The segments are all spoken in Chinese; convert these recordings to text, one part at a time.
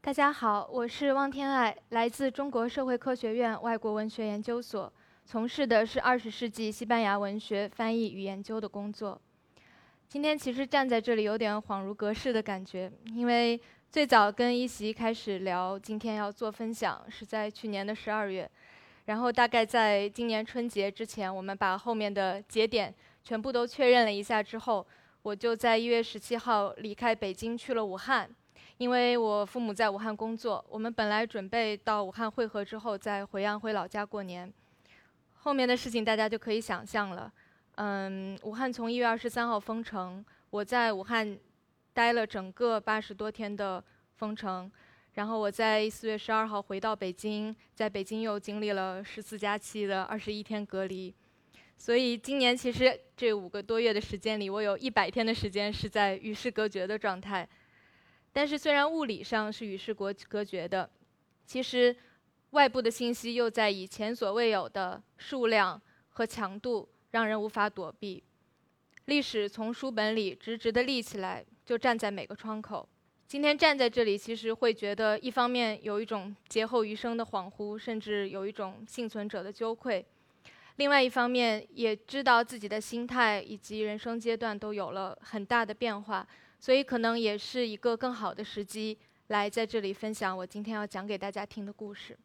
大家好，我是汪天爱，来自中国社会科学院外国文学研究所，从事的是20世纪西班牙文学翻译与研究的工作。今天其实站在这里有点恍如隔世的感觉，因为最早跟一席开始聊今天要做分享是在去年的12月，然后大概在今年春节之前，我们把后面的节点全部都确认了一下之后，我就在1月17号离开北京去了武汉。因为我父母在武汉工作，我们本来准备到武汉会合之后再回安徽老家过年。后面的事情大家就可以想象了。武汉从1月23号封城，我在武汉待了整个80多天的封城，然后我在4月12号回到北京，在北京又经历了14+7的21天隔离。所以今年其实这5个多月的时间里，我有100天的时间是在与世隔绝的状态。但是虽然物理上是与世隔绝的，其实外部的信息又在以前所未有的数量和强度让人无法躲避。历史从书本里直直地立起来，就站在每个窗口。今天站在这里，其实会觉得一方面有一种劫后余生的恍惚，甚至有一种幸存者的羞愧；另外一方面也知道自己的心态以及人生阶段都有了很大的变化。所以可能也是一个更好的时机，来在这里分享我今天要讲给大家听的故事。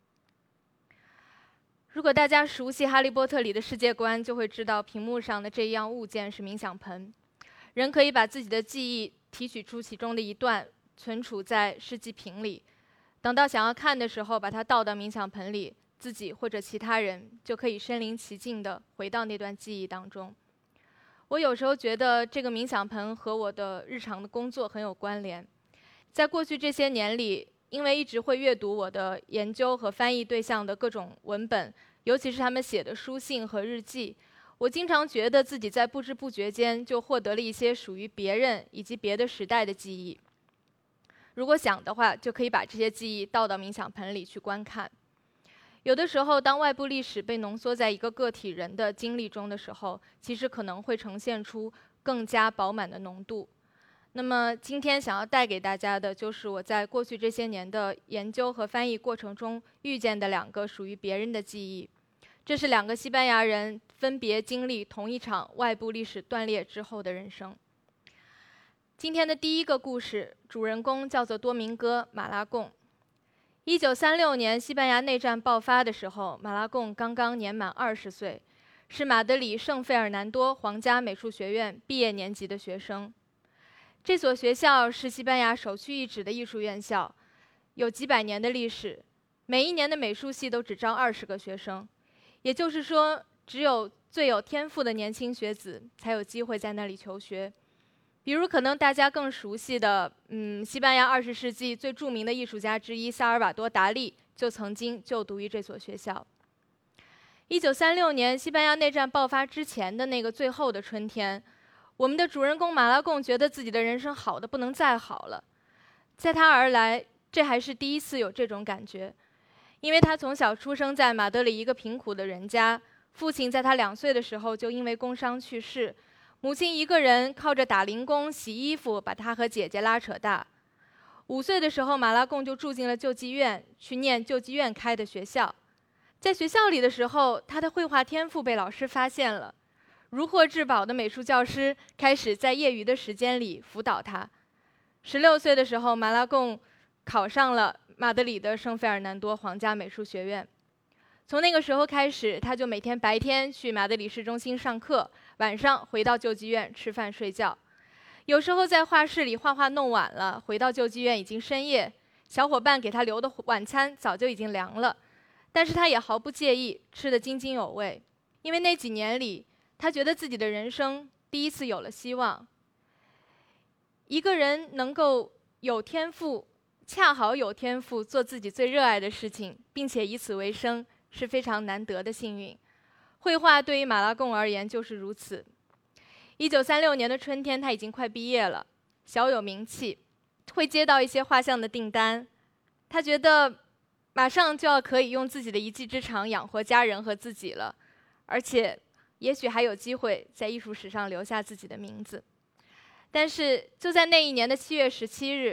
如果大家熟悉《哈利波特》里的世界观，就会知道屏幕上的这一样物件是冥想盆。人可以把自己的记忆提取出其中的一段，存储在试剂瓶里，等到想要看的时候，把它倒到冥想盆里，自己或者其他人就可以身临其境地回到那段记忆当中。我有时候觉得这个冥想盆和我的日常的工作很有关联。在过去这些年里，因为一直会阅读我的研究和翻译对象的各种文本，尤其是他们写的书信和日记，我经常觉得自己在不知不觉间就获得了一些属于别人以及别的时代的记忆。如果想的话，就可以把这些记忆倒到冥想盆里去观看。有的时候，当外部历史被浓缩在一个个体人的经历中的时候，其实可能会呈现出更加饱满的浓度。那么今天想要带给大家的，就是我在过去这些年的研究和翻译过程中遇见的2个属于别人的记忆。这是2个西班牙人分别经历同一场外部历史断裂之后的人生。今天的第一个故事，主人公叫做多明戈·马拉贡。1936年西班牙内战爆发的时候，马拉贡刚刚年满20岁，是马德里圣费尔南多皇家美术学院毕业年级的学生。这所学校是西班牙首屈一指的艺术院校，有几百年的历史，每一年的美术系都只招20个学生，也就是说，只有最有天赋的年轻学子才有机会在那里求学。比如可能大家更熟悉的，西班牙20世纪最著名的艺术家之一萨尔瓦多·达利就曾经就读于这所学校。1936年西班牙内战爆发之前的那个最后的春天，我们的主人公马拉贡觉得自己的人生好得不能再好了。在他而来，这还是第一次有这种感觉，因为他从小出生在马德里一个贫苦的人家，父亲在他2岁的时候就因为工伤去世。母亲一个人靠着打零工、洗衣服，把他和姐姐拉扯大。5岁的时候，马拉贡就住进了救济院，去念救济院开的学校。在学校里的时候，他的绘画天赋被老师发现了，如获至宝的美术教师开始在业余的时间里辅导他。16岁的时候，马拉贡考上了马德里的圣费尔南多皇家美术学院。从那个时候开始，他就每天白天去马德里市中心上课，晚上回到救济院吃饭睡觉。有时候在画室里画画弄晚了，回到救济院已经深夜，小伙伴给他留的晚餐早就已经凉了，但是他也毫不介意，吃得津津有味。因为那几年里，他觉得自己的人生第一次有了希望。一个人能够有天赋，恰好有天赋做自己最热爱的事情，并且以此为生，是非常难得的幸运。绘画对于马拉贡而言就是如此。1936年的春天，他已经快毕业了，小有名气，会接到一些画像的订单。他觉得马上就要可以用自己的一技之长养活家人和自己了，而且也许还有机会在艺术史上留下自己的名字。但是就在那一年的7月17日，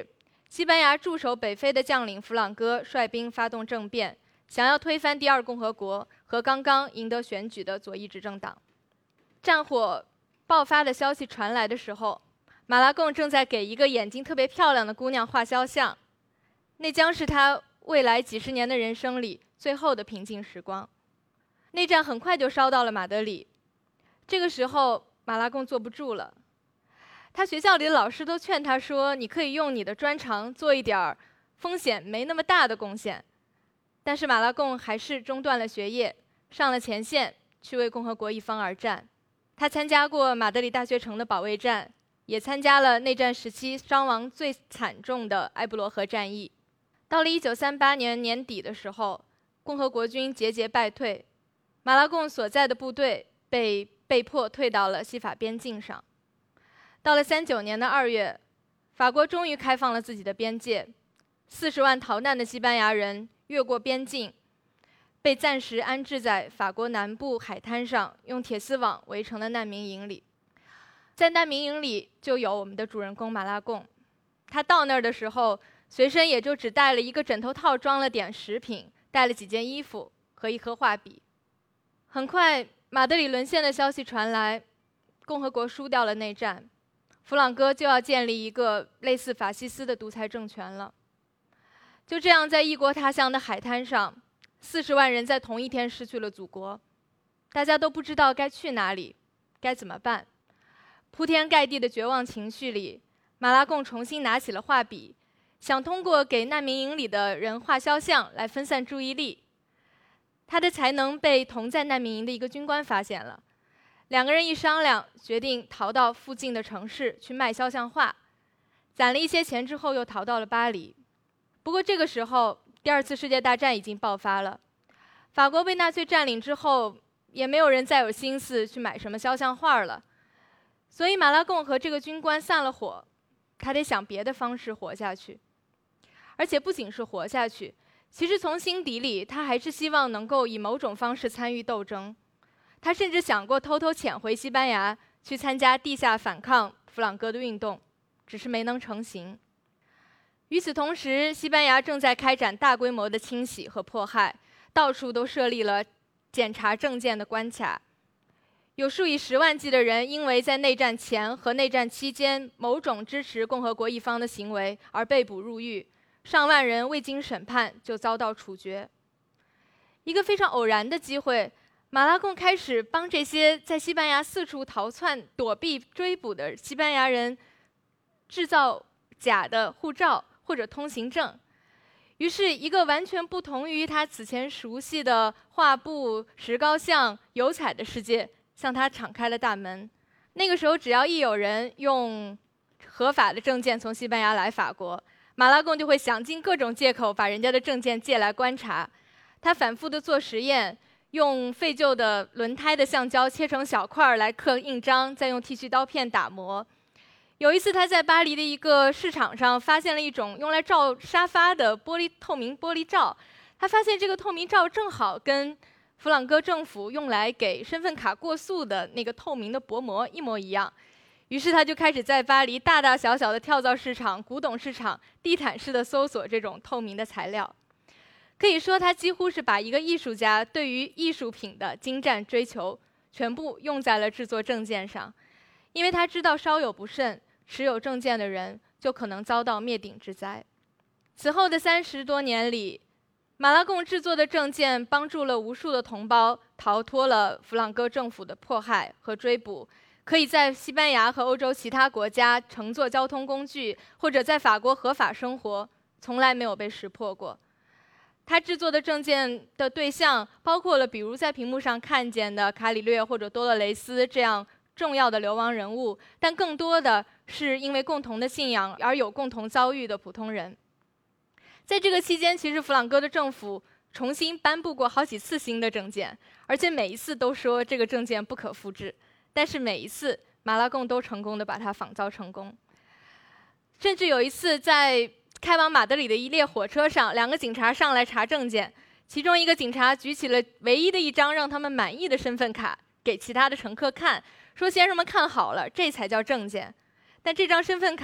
西班牙驻守北非的将领弗朗哥率兵发动政变，想要推翻第二共和国和刚刚赢得选举的左翼执政党。战火爆发的消息传来的时候，马拉贡正在给一个眼睛特别漂亮的姑娘画肖像，那将是他未来几十年的人生里最后的平静时光。内战很快就烧到了马德里，这个时候马拉贡坐不住了。他学校里的老师都劝他说：“你可以用你的专长做一点风险没那么大的贡献。”但是马拉贡还是中断了学业，上了前线，去为共和国一方而战。他参加过马德里大学城的保卫战，也参加了内战时期伤亡最惨重的埃布罗河战役。到了1938年年底的时候，共和国军节节败退，马拉贡所在的部队被迫退到了西法边境上。到了39年的2月，法国终于开放了自己的边界，40万逃难的西班牙人越过边境，被暂时安置在法国南部海滩上用铁丝网围成的难民营里。在难民营里就有我们的主人公马拉贡，他到那儿的时候，随身也就只带了一个枕头套，装了点食品，带了几件衣服和一盒画笔。很快，马德里沦陷的消息传来，共和国输掉了内战，弗朗哥就要建立一个类似法西斯的独裁政权了。就这样，在异国他乡的海滩上，40万人在同一天失去了祖国，大家都不知道该去哪里，该怎么办。铺天盖地的绝望情绪里，马拉贡重新拿起了画笔，想通过给难民营里的人画肖像来分散注意力。他的才能被同在难民营的一个军官发现了，两个人一商量，决定逃到附近的城市去卖肖像画，攒了一些钱之后又逃到了巴黎。不过这个时候，第二次世界大战已经爆发了，法国被纳粹占领之后，也没有人再有心思去买什么肖像画了。所以马拉贡和这个军官散了伙，他得想别的方式活下去。而且不仅是活下去，其实从心底里，他还是希望能够以某种方式参与斗争。他甚至想过偷偷潜回西班牙，去参加地下反抗弗朗哥的运动，只是没能成行。与此同时，西班牙正在开展大规模的清洗和迫害，到处都设立了检查证件的关卡。有数以10万计的人因为在内战前和内战期间某种支持共和国一方的行为而被捕入狱，上万人未经审判就遭到处决。一个非常偶然的机会，马拉贡开始帮这些在西班牙四处逃窜、躲避追捕的西班牙人制造假的护照或者通行证。于是，一个完全不同于他此前熟悉的画布、石膏像、油彩的世界向他敞开了大门。那个时候，只要一有人用合法的证件从西班牙来法国，马拉贡就会想尽各种借口把人家的证件借来观察。他反复地做实验，用废旧的轮胎的橡胶切成小块来刻印章，再用剃须刀片打磨。有一次，他在巴黎的一个市场上发现了一种用来罩沙发的透明玻璃罩。他发现这个透明罩正好跟弗朗哥政府用来给身份卡过塑的那个透明的薄膜一模一样。于是他就开始在巴黎大大小小的跳蚤市场、古董市场地毯式的搜索这种透明的材料。可以说，他几乎是把一个艺术家对于艺术品的精湛追求全部用在了制作证件上，因为他知道稍有不慎，持有证件的人就可能遭到灭顶之灾。此后的30多年里，马拉贡制作的证件帮助了无数的同胞逃脱了弗朗哥政府的迫害和追捕，可以在西班牙和欧洲其他国家乘坐交通工具，或者在法国合法生活，从来没有被识破过。他制作的证件的对象包括了比如在屏幕上看见的卡里略或者多勒雷斯这样重要的流亡人物，但更多的是因为共同的信仰而有共同遭遇的普通人。在这个期间，其实弗朗哥的政府重新颁布过好几次新的证件，而且每一次都说这个证件不可复制，但是每一次马拉贡都成功地把它仿造成功。甚至有一次在开往马德里的一列火车上，2个警察上来查证件，其中一个警察举起了唯一的一张让他们满意的身份卡给其他的乘客看，说先生们看好了，这才叫证件。但这张身份卡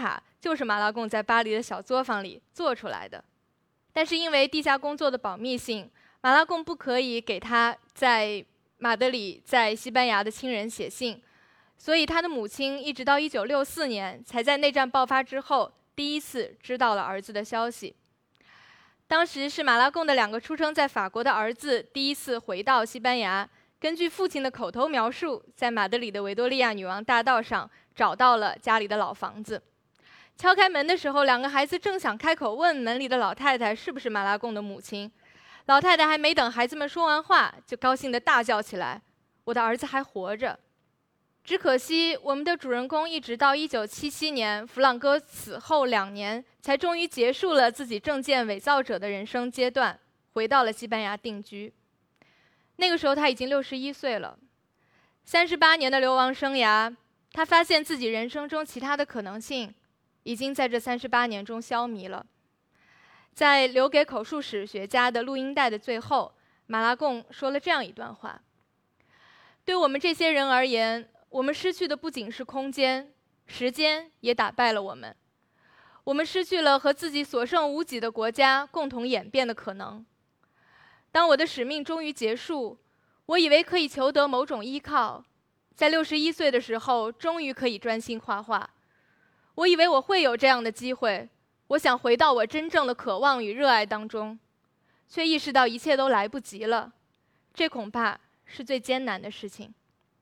就是马拉贡在巴黎的小作坊里做出来的。但是因为地下工作的保密性，马拉贡不可以给他在马德里在西班牙的亲人写信，所以他的母亲一直到1964年才在内战爆发之后第一次知道了儿子的消息。当时是马拉贡的2个出生在法国的儿子第一次回到西班牙，根据父亲的口头描述，在马德里的维多利亚女王大道上找到了家里的老房子。敲开门的时候，2个孩子正想开口问门里的老太太是不是马拉贡的母亲，老太太还没等孩子们说完话，就高兴地大叫起来：“我的儿子还活着！”只可惜，我们的主人公一直到1977年弗朗哥死后2年，才终于结束了自己证件伪造者的人生阶段，回到了西班牙定居。那个时候他已经61岁了，38年的流亡生涯，他发现自己人生中其他的可能性已经在这38年中消弭了。在留给口述史学家的录音带的最后，马拉贡说了这样一段话：对我们这些人而言，我们失去的不仅是空间，时间也打败了我们。我们失去了和自己所剩无几的国家共同演变的可能。当我的使命终于结束，我以为可以求得某种依靠，在61岁的时候，终于可以专心画画。我以为我会有这样的机会，我想回到我真正的渴望与热爱当中，却意识到一切都来不及了。这恐怕是最艰难的事情。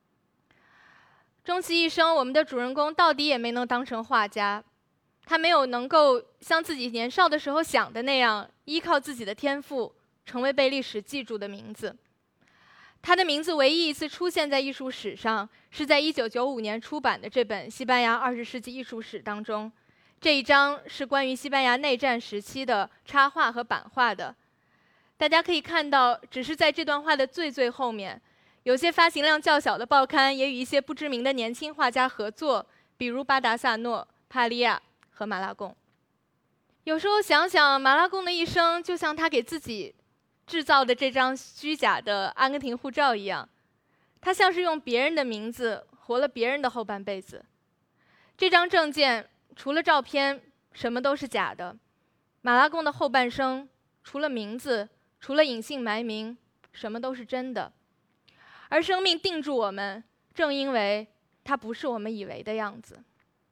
终其一生，我们的主人公到底也没能当成画家，他没有能够像自己年少的时候想的那样，依靠自己的天赋，成为被历史记住的名字。他的名字唯一一次出现在艺术史上，是在1995年出版的这本《西班牙20世纪艺术史》当中。这一章是关于西班牙内战时期的插画和版画的。大家可以看到，只是在这段话的最后面，有些发行量较小的报刊也与一些不知名的年轻画家合作，比如巴达萨诺、帕利亚和马拉贡。有时候想想，马拉贡的一生就像他给自己制造的这张虚假的阿根廷护照一样，他像是用别人的名字活了别人的后半辈子。这张证件除了照片，什么都是假的。马拉贡的后半生，除了名字，除了隐姓埋名，什么都是真的。而生命定住我们，正因为它不是我们以为的样子。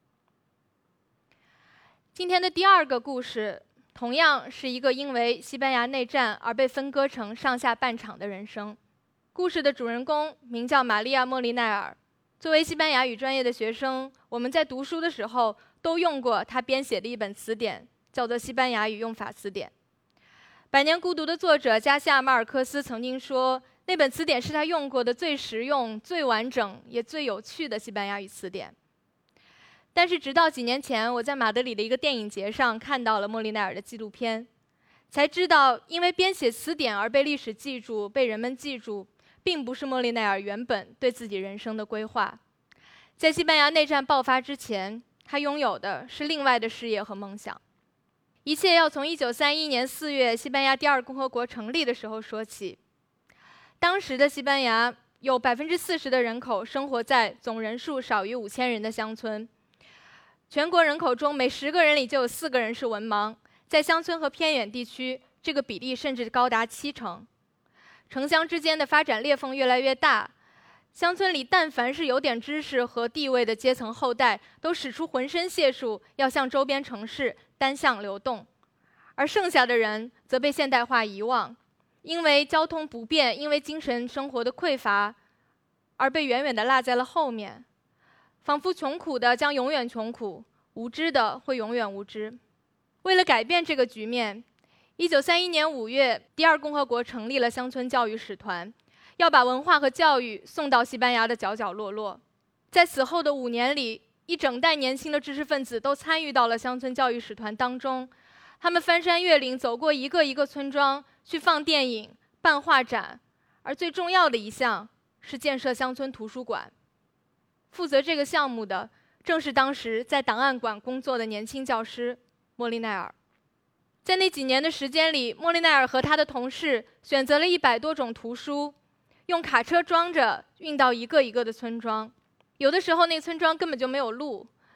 今天的第2个故事，同样是一个因为西班牙内战而被分割成上下半场的人生。故事的主人公名叫玛利亚·莫利奈尔。作为西班牙语专业的学生，我们在读书的时候都用过他编写的一本词典，叫做《西班牙语用法词典》。《百年孤独》的作者加西亚·马尔科斯曾经说，那本词典是他用过的最实用、最完整也最有趣的西班牙语词典。但是直到几年前，我在马德里的一个电影节上看到了莫利奈尔的纪录片，才知道因为编写词典而被历史记住、被人们记住，并不是莫利奈尔原本对自己人生的规划。在西班牙内战爆发之前，他拥有的是另外的事业和梦想。一切要从1931年4月西班牙第2共和国成立的时候说起。当时的西班牙有40%的人口生活在总人数少于5000人的乡村，全国人口中每10个人里就有4个人是文盲，在乡村和偏远地区，这个比例甚至高达70%。城乡之间的发展裂缝越来越大，乡村里但凡是有点知识和地位的阶层后代，都使出浑身解数要向周边城市单向流动，而剩下的人则被现代化遗忘，因为交通不便，因为精神生活的匮乏，而被远远地落在了后面。仿佛穷苦的将永远穷苦，无知的会永远无知。为了改变这个局面，1931年5月，第2共和国成立了乡村教育使团，要把文化和教育送到西班牙的角角落落。在此后的5年里，一整代年轻的知识分子都参与到了乡村教育使团当中，他们翻山越岭，走过一个一个村庄，去放电影、办画展，而最重要的一项是建设乡村图书馆。负责这个项目的正是当时在档案馆工作的年轻教师莫利奈尔。在那几年的时间里，莫利奈尔和他的同事选择了100多种图书，用卡车装着运到一个一个的村庄。有的时候那村庄根本就没有路，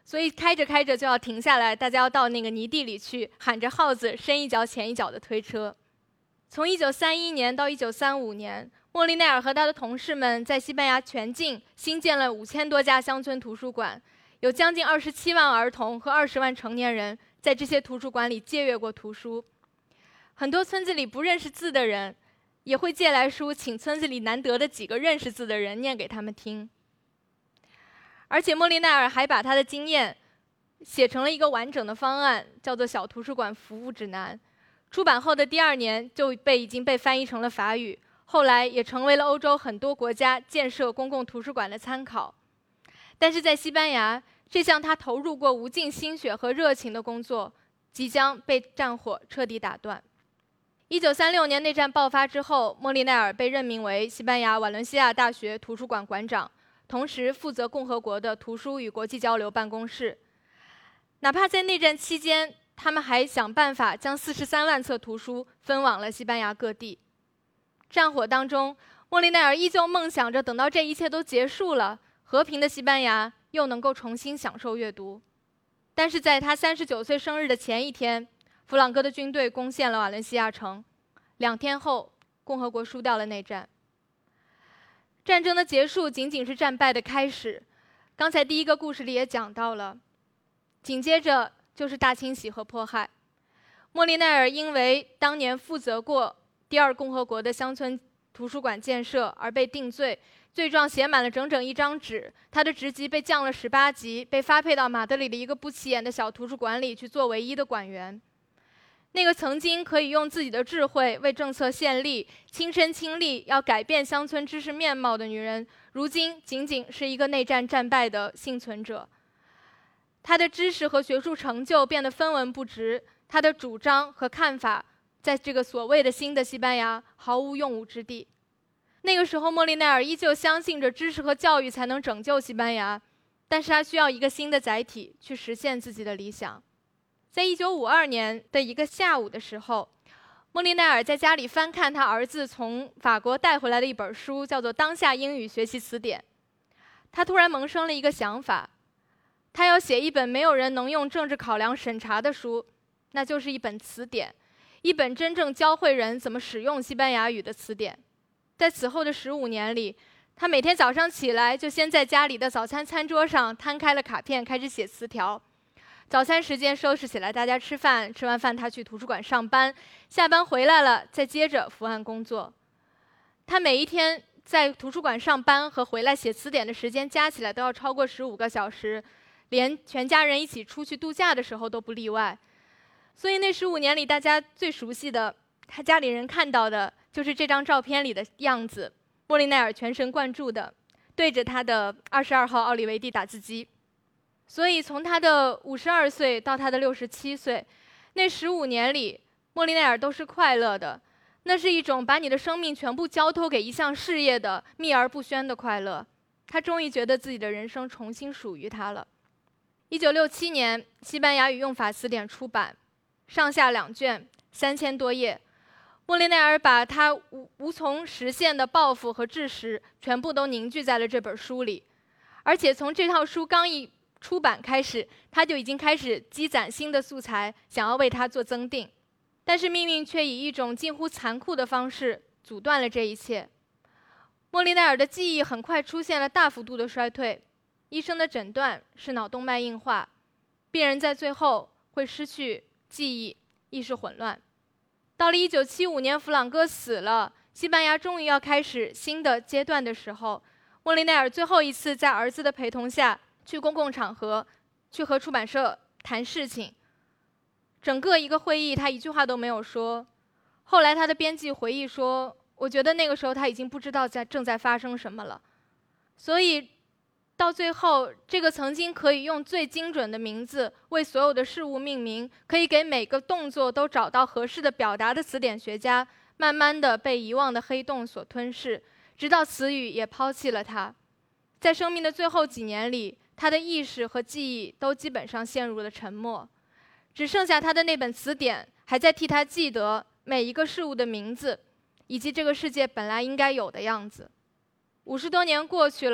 所以开着开着就要停下来，大家要到那个泥地里去，喊着号子，深一脚浅一脚的推车。从1931年到1935年，莫利奈尔和他的同事们在西班牙全境新建了5000多家乡村图书馆，有将近27万儿童和20万成年人在这些图书馆里借阅过图书。很多村子里不认识字的人也会借来书，请村子里难得的几个认识字的人念给他们听。而且莫利奈尔还把他的经验写成了一个完整的方案，叫做《小图书馆服务指南》。出版后的第2年就已经被翻译成了法语，后来也成为了欧洲很多国家建设公共图书馆的参考。但是在西班牙，这项他投入过无尽心血和热情的工作，即将被战火彻底打断。1936年内战爆发之后，莫利奈尔被任命为西班牙瓦伦西亚大学图书馆馆长，同时负责共和国的图书与国际交流办公室。哪怕在内战期间，他们还想办法将43万册图书分往了西班牙各地。战火当中，莫利奈尔依旧梦想着等到这一切都结束了，和平的西班牙又能够重新享受阅读。但是在他39岁生日的前一天，弗朗哥的军队攻陷了瓦伦西亚城，2天后，共和国输掉了内战。战争的结束仅仅是战败的开始，刚才第一个故事里也讲到了，紧接着就是大清洗和迫害。莫利奈尔因为当年负责过第2共和国的乡村图书馆建设而被定罪，罪状写满了整整1张纸，他的职级被降了18级，被发配到马德里的一个不起眼的小图书馆里去做唯一的馆员。那个曾经可以用自己的智慧为政策献力、亲身亲历要改变乡村知识面貌的女人，如今仅仅是一个内战战败的幸存者。她的知识和学术成就变得分文不值，她的主张和看法在这个所谓的新的西班牙毫无用武之地。那个时候，莫利奈尔依旧相信着知识和教育才能拯救西班牙，但是他需要一个新的载体去实现自己的理想。在1952年的一个下午的时候，莫利奈尔在家里翻看他儿子从法国带回来的一本书，叫做《当下英语学习词典》。他突然萌生了一个想法，他要写一本没有人能用政治考量审查的书，那就是一本词典，一本真正教会人怎么使用西班牙语的词典。在此后的15年里，他每天早上起来就先在家里的早餐餐桌上摊开了卡片，开始写词条。早餐时间收拾起来，大家吃饭，吃完饭他去图书馆上班，下班回来了再接着伏案工作。他每一天在图书馆上班和回来写词典的时间加起来都要超过15个小时，连全家人一起出去度假的时候都不例外。所以那15年里，大家最熟悉的，他家里人看到的就是这张照片里的样子，莫利奈尔全神贯注的对着他的22号奥利维蒂打字机。所以从他的52岁到他的67岁，那15年里，莫利奈尔都是快乐的。那是一种把你的生命全部交托给一项事业的秘而不宣的快乐。他终于觉得自己的人生重新属于他了。1967年，西班牙语用法词典出版，上下2卷，3000多页。莫利奈尔把他无从实现的抱负和志识全部都凝聚在了这本书里，而且从这套书刚一出版开始，他就已经开始积攒新的素材，想要为它做增订。但是命运却以一种近乎残酷的方式阻断了这一切。莫利奈尔的记忆很快出现了大幅度的衰退，医生的诊断是脑动脉硬化，病人在最后会失去记忆，意识混乱。到了1975年，弗朗哥死了，西班牙终于要开始新的阶段的时候，莫利奈尔最后一次在儿子的陪同下去公共场合，去和出版社谈事情。整个一个会议，他一句话都没有说。后来他的编辑回忆说，我觉得那个时候他已经不知道正在发生什么了。所以到最后，这个曾经可以用最精准的名字为所有的事物命名，可以给每个动作都找到合适的表达的词典学家，慢慢的被遗忘的黑洞所吞噬，直到词语也抛弃了他。在生命的最后几年里，他的意识和记忆都基本上陷入了沉默，只剩下他的那本词典还在替他记得每一个事物的名字，以及这个世界本来应该有的样子。50多年过去了，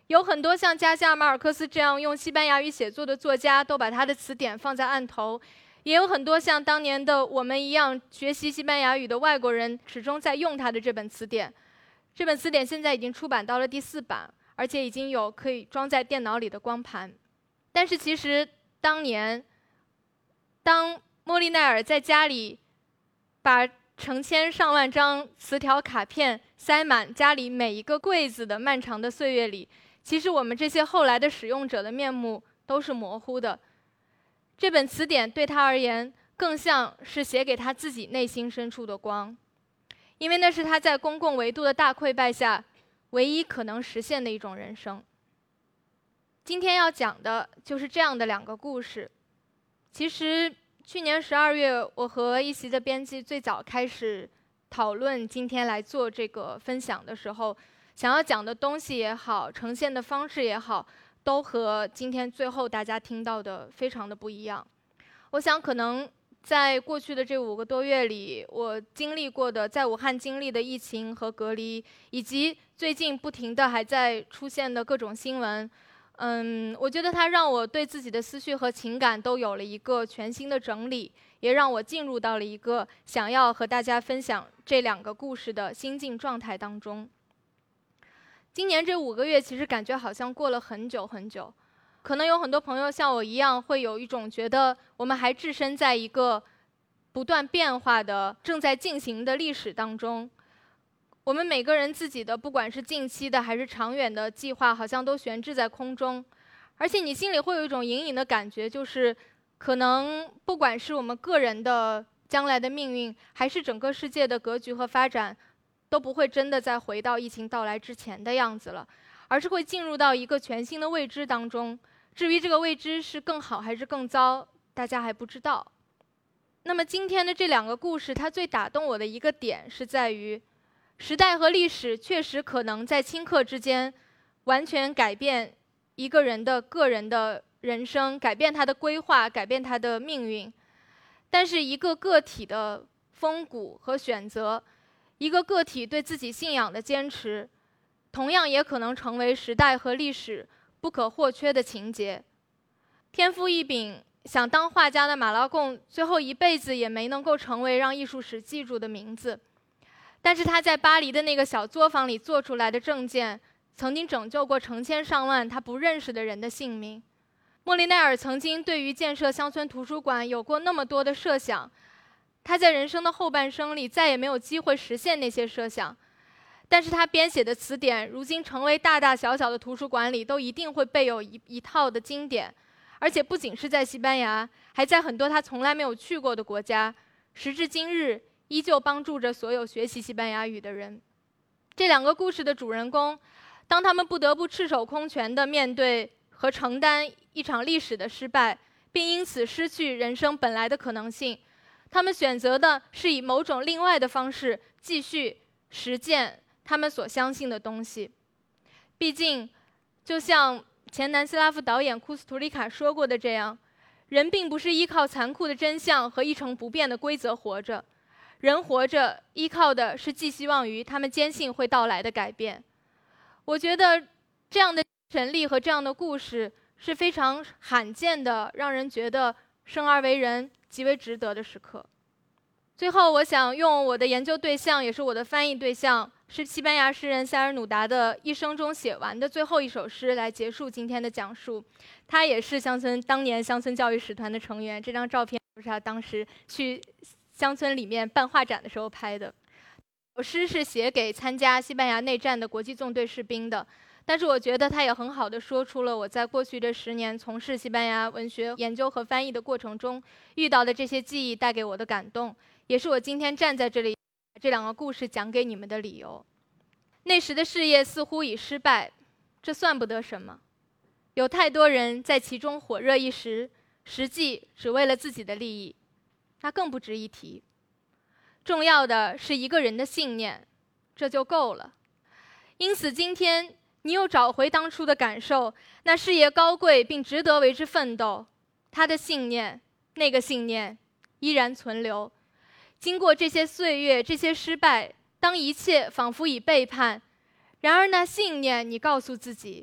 有很多像加西亚马尔克斯这样用西班牙语写作的作家，都把他的词典放在案头。也有很多像当年的我们一样学习西班牙语的外国人，始终在用他的这本词典。这本词典现在已经出版到了第4版，而且已经有可以装在电脑里的光盘。但是其实当年，当莫利奈尔在家里把成千上万张磁条卡片塞满家里每一个柜子的漫长的岁月里，其实我们这些后来的使用者的面目都是模糊的。这本词典对他而言，更像是写给他自己内心深处的光，因为那是他在公共维度的大溃败下唯一可能实现的一种人生。今天要讲的就是这样的2个故事。其实去年12月，我和一席的编辑最早开始讨论今天来做这个分享的时候，想要讲的东西也好，呈现的方式也好，都和今天最后大家听到的非常的不一样。我想可能在过去的这5个多月里，我经历过的在武汉经历的疫情和隔离，以及最近不停的还在出现的各种新闻，我觉得它让我对自己的思绪和情感都有了一个全新的整理，也让我进入到了一个想要和大家分享这2个故事的心境状态当中。今年这5个月其实感觉好像过了很久很久，可能有很多朋友像我一样，会有一种觉得我们还置身在一个不断变化的正在进行的历史当中。我们每个人自己的不管是近期的还是长远的计划，好像都悬置在空中，而且你心里会有一种隐隐的感觉，就是可能不管是我们个人的将来的命运，还是整个世界的格局和发展，都不会真的再回到疫情到来之前的样子了，而是会进入到一个全新的未知当中。至于这个未知是更好还是更糟，大家还不知道。那么今天的这2个故事，它最打动我的一个点是在于，时代和历史确实可能在顷刻之间完全改变一个人的个人的人生，改变他的规划，改变他的命运。但是一个个体的风骨和选择，一个个体对自己信仰的坚持，同样也可能成为时代和历史不可或缺的情节。天赋异禀，想当画家的马拉贡，最后一辈子也没能够成为让艺术史记住的名字。但是他在巴黎的那个小作坊里做出来的证件，曾经拯救过成千上万他不认识的人的性命。莫里奈尔曾经对于建设乡村图书馆有过那么多的设想，他在人生的后半生里再也没有机会实现那些设想。但是他编写的词典，如今成为大大小小的图书馆里都一定会备有一套的经典，而且不仅是在西班牙，还在很多他从来没有去过的国家，时至今日依旧帮助着所有学习西班牙语的人。这2个故事的主人公，当他们不得不赤手空拳地面对和承担一场历史的失败，并因此失去人生本来的可能性，他们选择的是以某种另外的方式继续实践他们所相信的东西。毕竟，就像前南斯拉夫导演库斯图里卡说过的这样，人并不是依靠残酷的真相和一成不变的规则活着，人活着依靠的是寄希望于他们坚信会到来的改变。我觉得这样的神力和这样的故事是非常罕见的，让人觉得生而为人极为值得的时刻。最后，我想用我的研究对象，也是我的翻译对象，是西班牙诗人塞尔努达的一生中写完的最后一首诗来结束今天的讲述。他也是当年乡村教育使团的成员，这张照片是他当时去乡村里面办画展的时候拍的。这首诗是写给参加西班牙内战的国际纵队士兵的，但是我觉得他也很好地说出了我在过去这10年从事西班牙文学研究和翻译的过程中遇到的这些记忆带给我的感动，也是我今天站在这里把这2个故事讲给你们的理由。那时的事业似乎已失败，这算不得什么。有太多人在其中火热一时，实际只为了自己的利益，那更不值一提。重要的是一个人的信念，这就够了。因此今天你又找回当初的感受，那事业高贵并值得为之奋斗，他的信念，那个信念依然存留。经过这些岁月，这些失败，当一切仿佛已背叛，然而那信念，你告诉自己，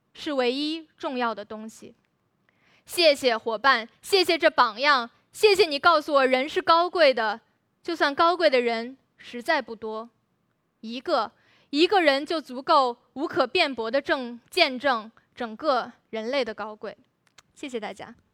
是唯一重要的东西。谢谢伙伴，谢谢这榜样，谢谢你告诉我人是高贵的，就算高贵的人实在不多，一个人就足够无可辩驳地见证整个人类的高贵。谢谢大家。